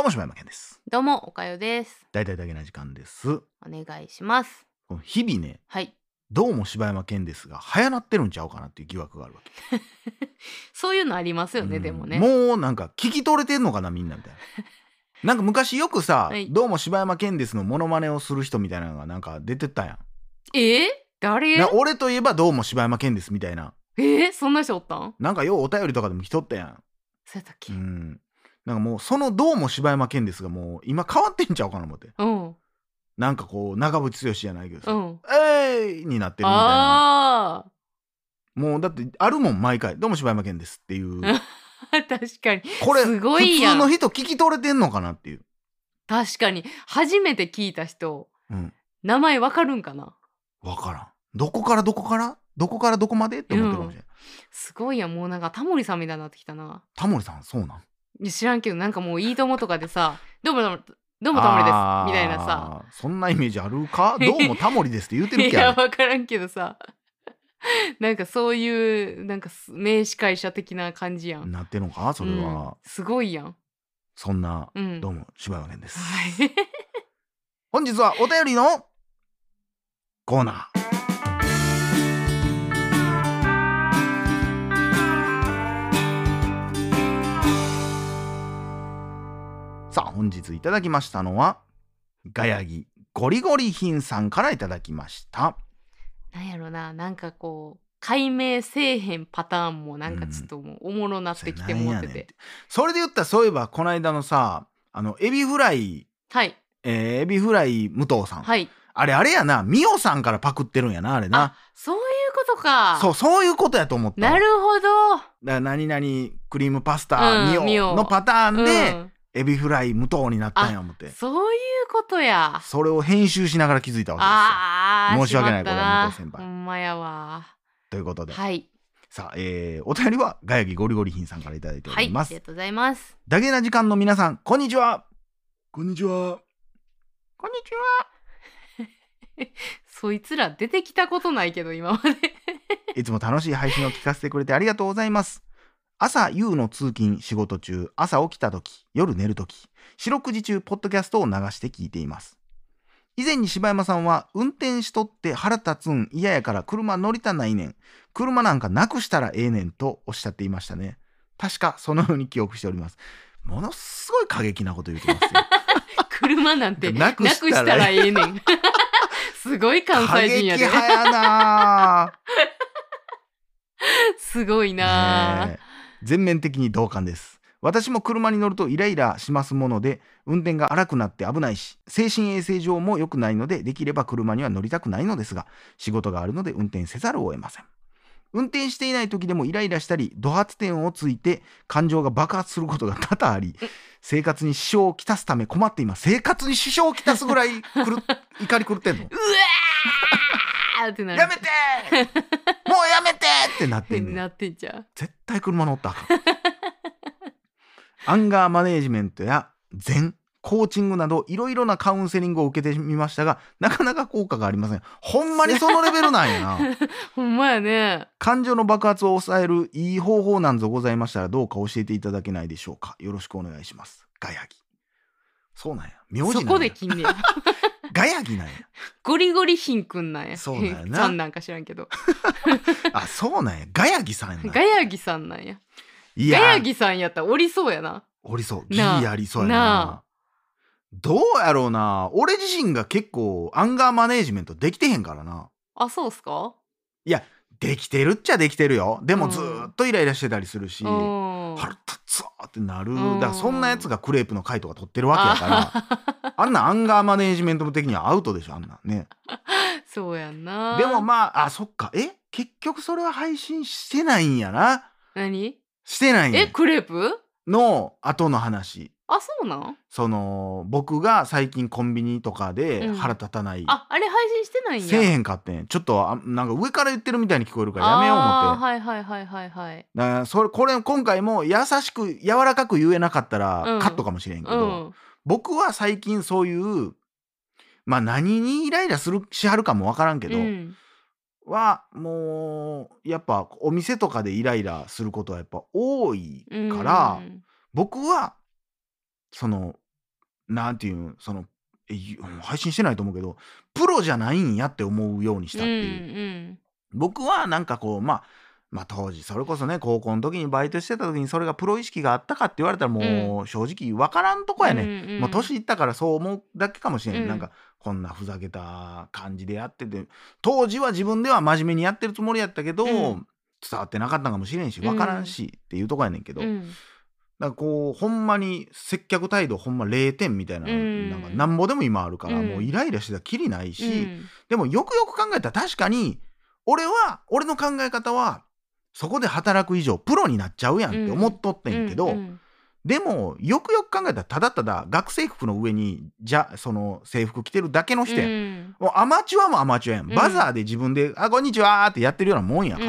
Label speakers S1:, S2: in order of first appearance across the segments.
S1: も柴山健です。
S2: どうもおかよです。
S1: 大々だけな時間です。
S2: お願いします。
S1: この日々ね、
S2: はい。
S1: どうも柴山健ですが早なってるんちゃうかなっていう疑惑があるわけ。
S2: そういうのありますよね、でもね。
S1: もうなんか聞き取れてんのかなみんなみたいな。なんか昔よくさ、
S2: はい。
S1: どうも柴山健ですのモノマネをする人みたいなのがなんか出てたや
S2: 誰？
S1: ん。俺といえばどうも柴山健ですみたいな。
S2: そんな人おったん？
S1: なんかようお便りとかでも来とったやん。
S2: そうやったっけ？
S1: なんかもうそのどうも柴山健ですがもう今変わってんちゃうかな思って。
S2: うん。
S1: なんかこう長渕剛じゃないけどさ、
S2: うん。
S1: になってるみたいな。
S2: あ
S1: もうだってあるもん毎回どうも柴山健ですっていう
S2: あ。確かに。
S1: これ
S2: すご
S1: 普
S2: いやん。
S1: 通の人聞き取れてんのかなっていう。
S2: 確かに。初めて聞いた人、
S1: うん
S2: 名前わかるんかな？
S1: 分からん。どこからどこからどこからどこまでって思ってるかもしれない。
S2: すごいやん。もうなんかタモリさんみたいになってきたな。
S1: タモリさんそうなん？
S2: いや知らんけど、なんかもういいともとかでさ、どうもタモリです。みたいなさ。
S1: そんなイメージあるか？どうもタモリですって言うてるっ
S2: いや、
S1: けあれ。
S2: わからんけどさ。なんかそういう、なんか名司会者的な感じやん。
S1: なってんのかそれは。
S2: すごいやん。
S1: そんな、
S2: うん。
S1: どうも柴山健です。
S2: はい。
S1: 本日はお便りのコーナー。さあ本日いただきましたのはガヤギゴリゴリ品さんからいただきました。
S2: なんやろな、なんかこう、解明せえへんパターンもなんかちょっともうおもろなってきてもってて。
S1: それで言ったらそういえばこの間のさエビフライ
S2: はい。
S1: エビフライ武藤さん、
S2: はい。
S1: あれやなミオさんからパクってるんやなあれな。
S2: そういうことか。
S1: そういうことやと思ったわ。
S2: なるほど。
S1: だから何々クリームパスタ、ミオのパターンで、エビフライ無糖になったんや思って。
S2: そういうことや。
S1: それを編集しながら気づいたわけですよ。申し訳ないこれは武藤先輩。
S2: ほんまやわ。
S1: ということで、
S2: はい。
S1: さあ、お便りはガヤギゴリゴリ品さんからいただいております。
S2: はい、ありがとうございます。
S1: ダゲな時間の皆さん、こんにちは。こんにちは。こんにちは。
S2: そいつら出てきたことないけど今まで
S1: いつも楽しい配信を聞かせてくれてありがとうございます。朝夕の通勤仕事中、朝起きた時、夜寝る時、四六時中ポッドキャストを流して聞いています。以前に柴山さんは運転しとって腹立つん嫌やから車乗りたないねん、車なんかなくしたらええねんとおっしゃっていましたね。確かそのように記憶しております。ものすごい過激なこと言ってますよ
S2: 車なんてなくしたらええねんすごい関西人やで。
S1: 過激派やな
S2: すごいな、
S1: 全面的に同感です。私も車に乗るとイライラしますもので、運転が荒くなって危ないし、精神衛生上も良くないので、できれば車には乗りたくないのですが、仕事があるので運転せざるを得ません。運転していない時でもイライラしたり、怒発点をついて感情が爆発することが多々あり、生活に支障をきたすため困っています。生活に支障をきたすぐらい怒り狂ってんの
S2: うわーってなる。
S1: やめてもうやめてってなってんねん。
S2: なってんじゃん。
S1: 絶対車乗ったらあかんアンガーマネージメントや禅、コーチングなどいろいろなカウンセリングを受けてみましたが、なかなか効果がありません。ほんまにそのレベルなんやな
S2: ほんまやね。
S1: 感情の爆発を抑えるいい方法なんぞございましたらどうか教えていただけないでしょうか。よろしくお願いします。ガヤギ。そうなんや。名字なんや。
S2: そこで切んねや。
S1: ガヤギなんや。
S2: ゴリゴリ品くんなんや。
S1: そうなんやな。
S2: さんなんか知らんけど。
S1: あ、そうなんや。ガヤギさんやな。
S2: ガヤギさんなんや。
S1: いや
S2: ガヤギさんやったらおりそうやな。
S1: おりそう。ギリありそうやな。どうやろうな。俺自身が結構アンガーマネージメントできてへんからな。
S2: あ、そうっすか？
S1: いや、できてるっちゃできてるよ。でもずーっとイライラしてたりするし、腹立つわってなる。だからそんなやつがクレープの回とか取ってるわけやから、あんなアンガーマネージメント的にはアウトでしょ、あんなんね。
S2: そうやんな。
S1: でもまあ、そっか。結局それは配信してないんやな。
S2: 何？
S1: してないんや。
S2: クレープ？
S1: の後の話。
S2: あ、そうなん？
S1: その僕が最近コンビニとかで腹立たない、
S2: あれ配信してないんや。
S1: せえへんかってん。ちょっとなんか上から言ってるみたいに聞こえるからやめよう思って。
S2: はいはいはいはいはい。
S1: だからこれ今回も優しく柔らかく言えなかったらカットかもしれんけど、僕は最近そういうまあ何にイライラしはるかもわからんけど、はもうやっぱお店とかでイライラすることはやっぱ多いから、僕はそのなんていうんその配信してないと思うけどプロじゃないんやって思うようにし
S2: うん
S1: たっていう。
S2: うん
S1: 僕はなんかこう当時それこそね高校の時にバイトしてた時にそれがプロ意識があったかって言われたら
S2: うん
S1: もう正直わからんとこ
S2: うんう
S1: やねん。もう年
S2: ん
S1: いったからそう思うだけかもしれん。なん
S2: うん
S1: かこんなふざけた感じでやってて当時は自分では真面目にやってるつもりやったけど
S2: うん
S1: 伝わってなかったかもしれんし
S2: う
S1: わからん
S2: ん
S1: しっていうとこやねんけど、
S2: うん
S1: だからこうほんまに接客態度ほんま0点みたいな
S2: う
S1: なんか
S2: ん
S1: なんぼでも今あるからもうイ
S2: うん
S1: ライラしてたらきりない
S2: う
S1: し、
S2: ん
S1: でもよくよく考えたら確かに俺の考え方はそこで働く以上プロになっちゃうやんって思っとってんけど、でもよくよく考えたらただただ学生服の上にその制服着てるだけの人やん。もうアマチュアもアマチュアやん。バザーで自分で「あこんにちは」ってやってるようなもんやから、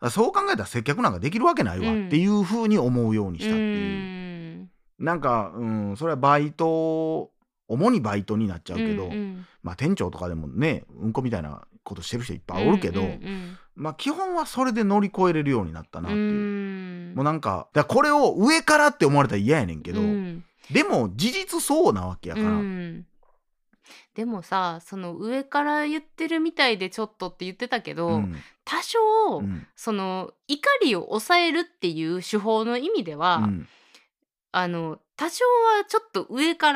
S1: そう考えたら接客なんかできるわけないわっていう風に思うようにしたっていう。なんかそれは主にバイトになっちゃうけど、店長とかでもねうんこみたいなことしてる人いっぱいおるけど、基本はそれで乗り越えれるようになったなっていう。もうなんかだからこれを上からって思われたら嫌やねんけど、でも事実そうなわけやから。
S2: でもさその上から言ってるみたいでちょっとって言ってたけど、多少、その怒りを抑えるっていう手法の意味では、多少はちょっと上から、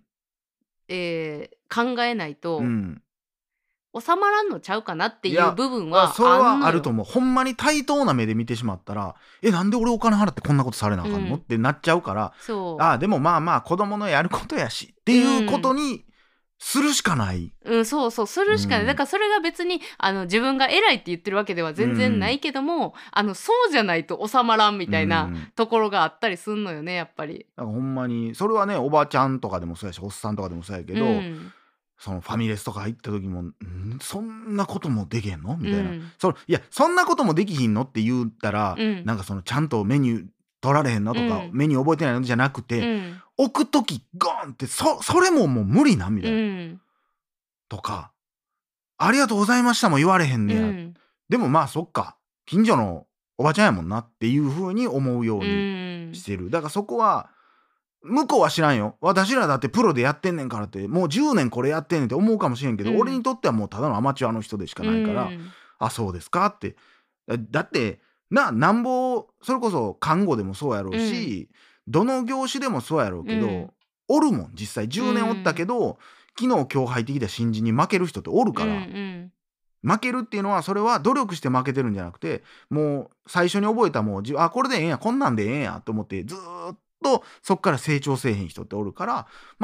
S2: 考えないと、収まらんのちゃうかなっていう部分は
S1: それ
S2: あんのよ。
S1: はあると思う。ほんまに対等な目で見てしまったらなんで俺お金払ってこんなことされなあかんの、ってなっちゃうから、でも子供のやることやしっていうことにするしかない。
S2: そうするしかない。だからそれが別に自分が偉いって言ってるわけでは全然ないけども、そうじゃないと収まらんみたいなところがあったりすんのよねやっぱり。
S1: だからほんまにそれはねおばちゃんとかでもそうやしおっさんとかでもそうやけど、そのファミレスとか入った時もそんなこともできへんのみたいな、いやそんなこともできひんのって言ったら、なんかそのちゃんとメニュー取られへんのとか、メニュー覚えてないのじゃなくて、置く時ゴーンってそれももう無理なみたいな、とかありがとうございましたも言われへんねや、でもそっか近所のおばちゃんやもんなっていう風に思うようにしてる。だからそこは向こうは知らんよ。私らだってプロでやってんねんからってもう10年これやってんねんって思うかもしれんけど、俺にとってはもうただのアマチュアの人でしかないから、あそうですかって。だってなんぼそれこそ看護でもそうやろうし、どの業種でもそうやろうけど、おるもん実際10年おったけど、昨日今日入ってきた新人に負ける人っておるから、負けるっていうのはそれは努力して負けてるんじゃなくてもう最初に覚えたもうこれでええんやこんなんでええんやと思ってずーっとそっから成長せえへん人っておるから、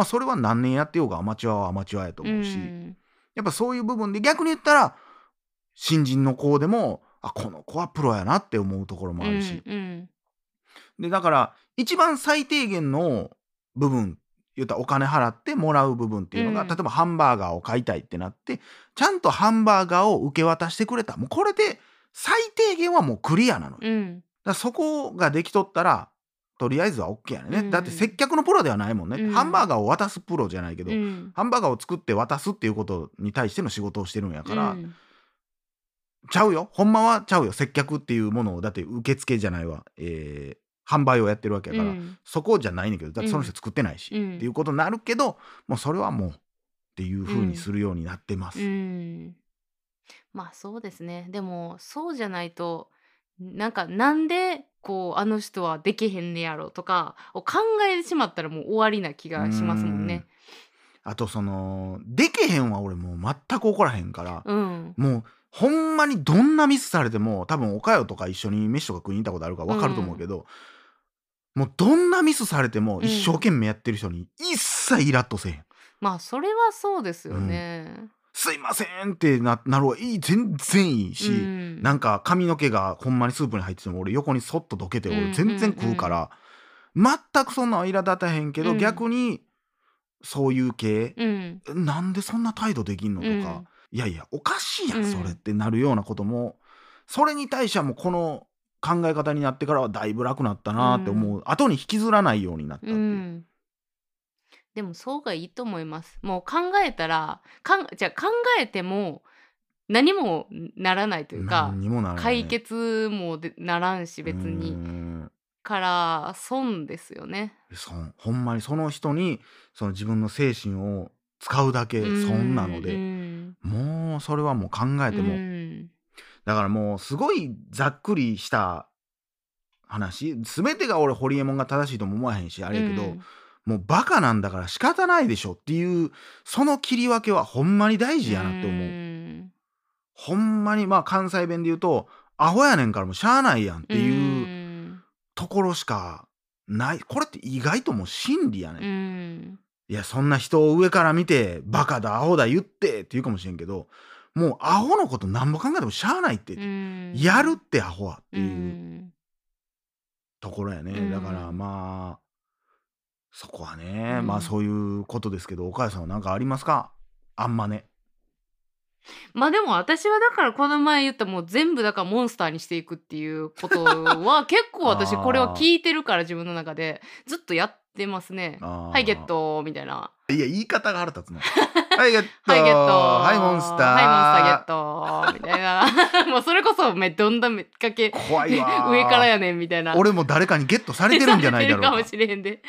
S1: それは何年やってようがアマチュアはアマチュアやと思うし、やっぱそういう部分で逆に言ったら新人の子でもこの子はプロやなって思うところもあるし、でだから一番最低限の部分言ったらお金払ってもらう部分っていうのが、例えばハンバーガーを買いたいってなってちゃんとハンバーガーを受け渡してくれた、もうこれで最低限はもうクリアなのよ。だからそこができとったらとりあえずは OK やね、だって接客のプロではないもんね、ハンバーガーを渡すプロじゃないけど、ハンバーガーを作って渡すっていうことに対しての仕事をしてるんやから、ちゃうよほんまはちゃうよ。接客っていうものをだって受付じゃないわ、販売をやってるわけやから、そこじゃないねんけどだってその人作ってないし、っていうことになるけどもうそれはもうっていう風にするようになってます。
S2: そうですね。でもそうじゃないとなんであの人はできへんねやろとかを考えてしまったらもう終わりな気がしますもんね。
S1: あとでけへんは俺もう全く怒らへんから、もうほんまにどんなミスされても多分おかよとか一緒に飯とか食いに行ったことあるから分かると思うけど、もうどんなミスされても一生懸命やってる人に一切イラッとせえへん。
S2: それはそうですよね。
S1: すいませんってなるわ全然いいし、なんか髪の毛がほんまにスープに入ってても俺横にそっとどけて俺全然食うから、全くそんな苛立たへんけど、逆にそういう系、なんでそんな態度できんのとか、いやいやおかしいやんそれってなるようなことも、それに対してはもうこの考え方になってからはだいぶ楽なったなって思う、後に引きずらないようになったっていう。
S2: でもそうがいいと思います。もう考えたらじゃあ考えても何もならないというか、
S1: 何にもならないね。
S2: 解決もならんし別に。 から損ですよね。
S1: ほんまにその人にその自分の精神を使うだけ損なので、もうそれはもう考えても、だからもうすごいざっくりした話、全てが俺ホリエモンが正しいとも思わへんしあれやけど、もうバカなんだから仕方ないでしょっていうその切り分けはほんまに大事やなって思う。ほんまにまあ関西弁で言うとアホやねんからもうしゃあないやんっていうところしかない。これって意外ともう真理やね。いやそんな人を上から見てバカだアホだ言ってって言うかもしれんけど、もうアホのこと何も考えてもしゃあないって、やるってアホはっていうところやね。だからまあそこはね、まあそういうことですけど、岡谷さんは何かありますか？あんまね。
S2: まあでも私はだからこの前言ったもう全部だからモンスターにしていくっていうことは結構私これは聞いてるから自分の中でずっとやってますね。はいゲットみたいな。
S1: いや言い方が腹立つの。はいゲット
S2: はいゲット
S1: はいモンスター
S2: はいモンスターゲットみたいな。もうそれこそどんだめっかけ
S1: 怖いわ
S2: 上からやねんみたいな。
S1: 俺も誰かにゲットされてるんじゃないだろうか。
S2: かもしれへんで。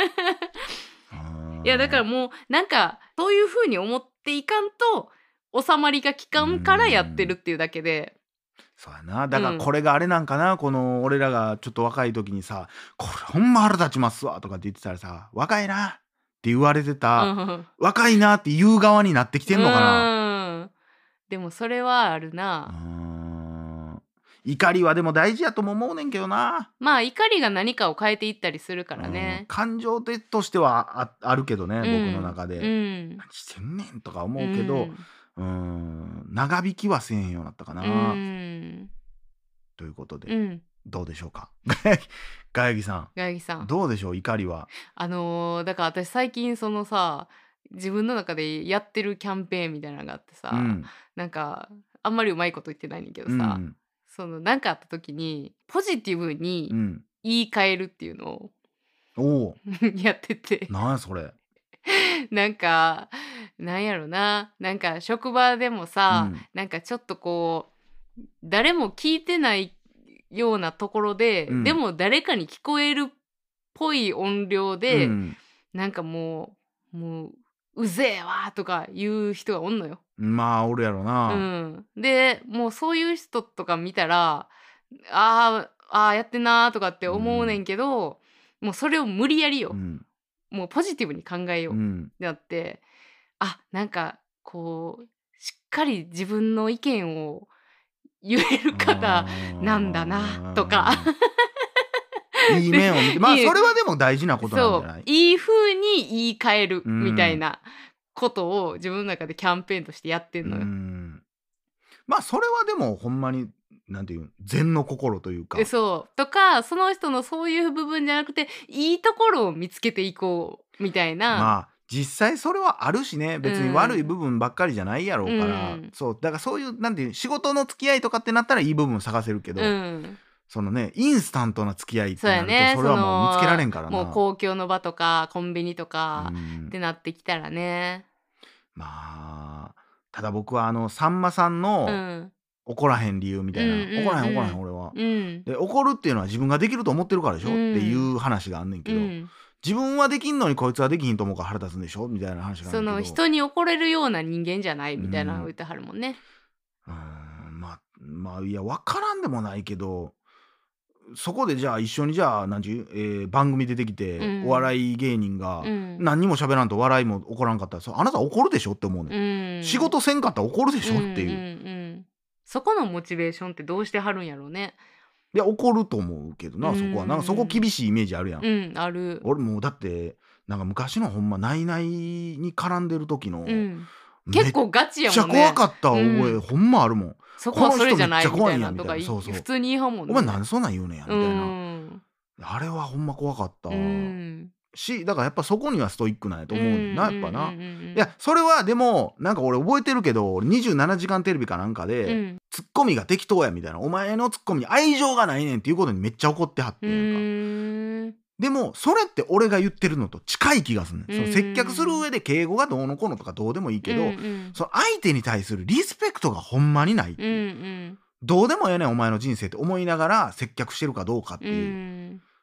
S2: いやだからもうなんかそういう風に思っていかんと収まりがきかんからやってるっていうだけで。
S1: そうやな。だからこれがあれなんかな、この俺らがちょっと若い時にさ、これほんま腹立ちますわとかって言ってたらさ、若いなって言われてた、若いなって言う側になってきてんのかな。
S2: でもそれはあるな。
S1: 怒りはでも大事やとも思うねんけどな。
S2: まあ怒りが何かを変えていったりするからね。
S1: 感情としては あるけどね、僕の中で、何してんねんとか思うけど、長引きはせえへんようになったかな。ということで、どうでしょうか。ガヤギさんどうでしょう、怒りは。
S2: だから私最近そのさ自分の中でやってるキャンペーンみたいなのがあってさ、なんかあんまりうまいこと言ってないねんけどさ、その何かあった時にポジティブに言い換えるっていうのをやってて。
S1: なんやそれ。
S2: なんかなんやろな、なんか職場でもさ、なんかちょっとこう誰も聞いてないようなところで、でも誰かに聞こえるっぽい音量で、なんかもううぜえわとか言う人がおんのよ。
S1: まあおるやろな。
S2: でもうそういう人とか見たらあーやってんなとかって思うねんけど、もうそれを無理やりよ、もうポジティブに考えようってなって、なんかこうしっかり自分の意見を言える方なんだなとか
S1: いい面を見て、まあそれはでも大事なことなんじゃない？
S2: いい風に言い換えるみたいなことを自分の中でキャンペーンとしてやってんのよ。
S1: まあそれはでもほんまになんていう禅の心というか、
S2: そうとかその人のそういう部分じゃなくていいところを見つけていこうみたいな。
S1: まあ実際それはあるしね、別に悪い部分ばっかりじゃないやろうから、そうだからそういうなんていう仕事の付き合いとかってなったらいい部分探せるけど、そのねインスタントな付き合いってなるとそれはもう見つけられんからな。
S2: もう公共の場とかコンビニとかってなってきたらね。
S1: まあただ僕はさんまさんの怒らへん理由みたいな、怒らへん俺は、で怒るっていうのは自分ができると思ってるからでしょ、っていう話があんねんけど、自分はできんのにこいつはできひんと思うから腹立つんでしょみたいな話があるんだけど、
S2: その人に怒れるような人間じゃないみたいなのを言ってはるもんね。
S1: まあいや分からんでもないけど、そこでじゃあ一緒にじゃあ番組出てきて、お笑い芸人が何にも喋らんと笑いも起こらんかったら、あなた怒るでしょって思うね、仕事せんかったら怒るでしょっていう、
S2: そこのモチベーションってどうしてはるんやろうね。
S1: いや怒ると思うけどな、そこはなんかそこ厳しいイメージあるやん。
S2: ある。
S1: 俺もうだってなんか昔のほんまナイナイに絡んでる時の、
S2: 結構ガチやもんね。
S1: めっちゃ怖かった覚え、ほんまあるもん。
S2: そこはそれじゃないみたいなとか普通に言いはんもんね。
S1: お前なんでそんなん言うねんやみたいな、あれはほんま怖かったし、だからやっぱそこにはストイックなんやと思うな、やっぱな。いやそれはでもなんか俺覚えてるけど、俺27時間テレビかなんかで、ツッコミが適当やみたいな、お前のツッコミに愛情がないねんっていうことにめっちゃ怒ってはってんか。でもそれって俺が言ってるのと近い気がするねん。その接客する上で敬語がどうのこうのとかどうでもいいけど、その相手に対するリスペクトがほんまにないっていう、どうでもええねんお前の人生って思いながら接客してるかどうかっていう、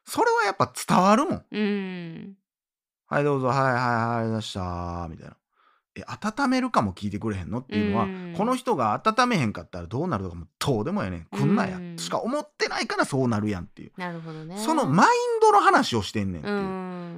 S1: それはやっぱ伝わるもん。
S2: うん。
S1: はいどうぞ、はいはいはい、ありがとうございましたみたいな。温めるかも聞いてくれへんのっていうのは、この人が温めへんかったらどうなるとかもどうでもやねん、来んなやしか思ってないからそうなるやんっていう。
S2: なるほどね。
S1: そのマインドの話をしてんねんっていう。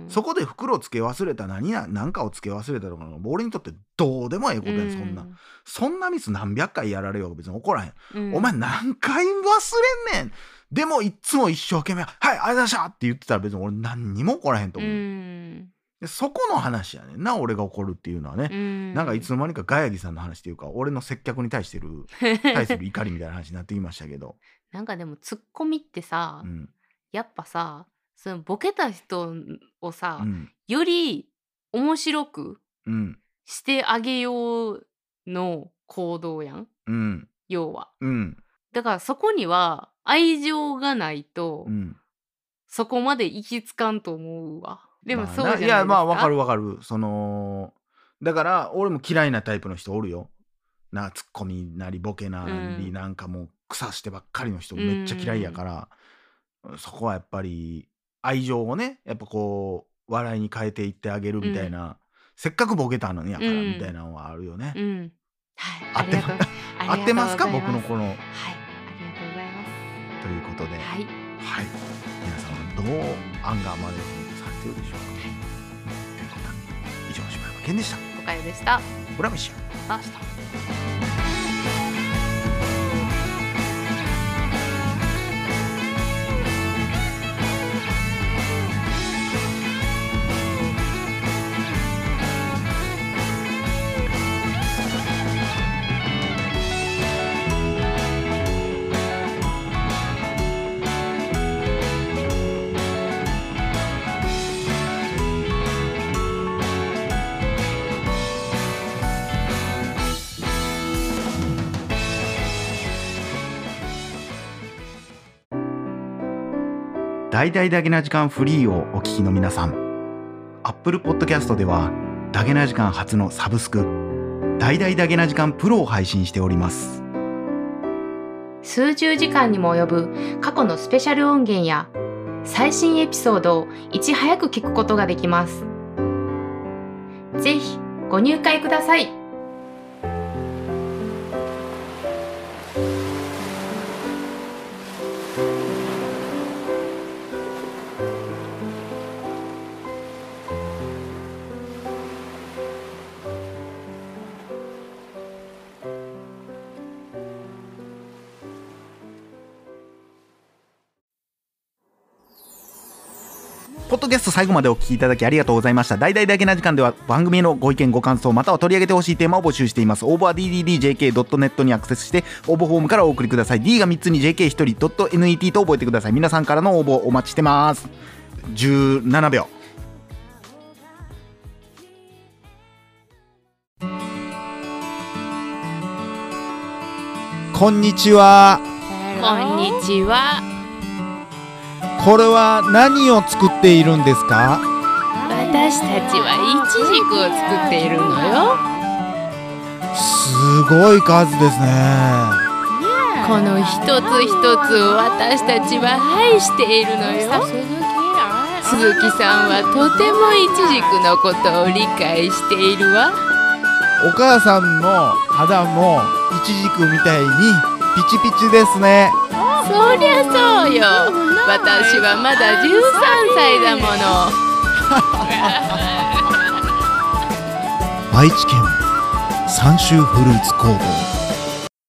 S1: そこで袋つけ忘れた何かをつけ忘れたとか俺にとってどうでもええことやん。そんなミス何百回やられよう別に怒らへん。お前何回忘れんねん。でもいっつも一生懸命はいありがとうございましたって言ってたら別に俺何にも怒らへんと思う。でそこの話やねんな、俺が怒るっていうのはね。なんかいつの間にかガヤギさんの話っていうか俺の接客に対する怒りみたいな話になってきましたけど。
S2: なんかでもツッコミってさ、やっぱさ、そのボケた人をさ、より面白くしてあげようの行動やん、要は。だからそこには愛情がないと、そこまで行きつかんと思うわ。でもそうじゃないですか。
S1: いやまあわかるわかる。だから俺も嫌いなタイプの人おるよ。ツッコミなりボケなりなんかもう腐してばっかりの人めっちゃ嫌いやから、そこはやっぱり愛情をねやっぱこう笑いに変えていってあげるみたいな、せっかくボケたのにやからみたいなのはあるよね。
S2: はい、
S1: 合ってますか僕のこの。はい、
S2: ありがとうございます。
S1: ということで、
S2: はい、
S1: 皆さんはどうアンガーマネジメントされてるでしょうか。ということで以上柴山健でした。
S2: おかゆでした。
S1: ブラミッシュ。
S2: あした。
S1: 大々だけな時間フリーをお聞きの皆さん、Apple Podcast ではだけな時間初のサブスク大々だけな時間プロを配信しております。
S2: 数十時間にも及ぶ過去のスペシャル音源や最新エピソードをいち早く聞くことができます。ぜひご入会ください。
S1: ポッドキャスト最後までお聞きいただきありがとうございました。大々だけな時間では番組へのご意見ご感想または取り上げてほしいテーマを募集しています。応募は dddjk.net にアクセスして応募フォームからお送りください。 D が3つに JK1 人 .net と覚えてください。皆さんからの応募お待ちしてます。17秒。こんにちは。
S2: こんにちは。
S3: これは何を作っているんですか？
S2: 私たちはイチジクを作っているのよ。
S3: すごい数ですね。
S2: この一つ一つを私たちは愛しているのよ。鈴木さんはとてもイチジクのことを理解しているわ。
S3: お母さんの肌もイチジクみたいにピチピチですね。
S2: そりゃそうよ。私はまだ13歳だもの。
S3: 愛知県三州フルーツ工房。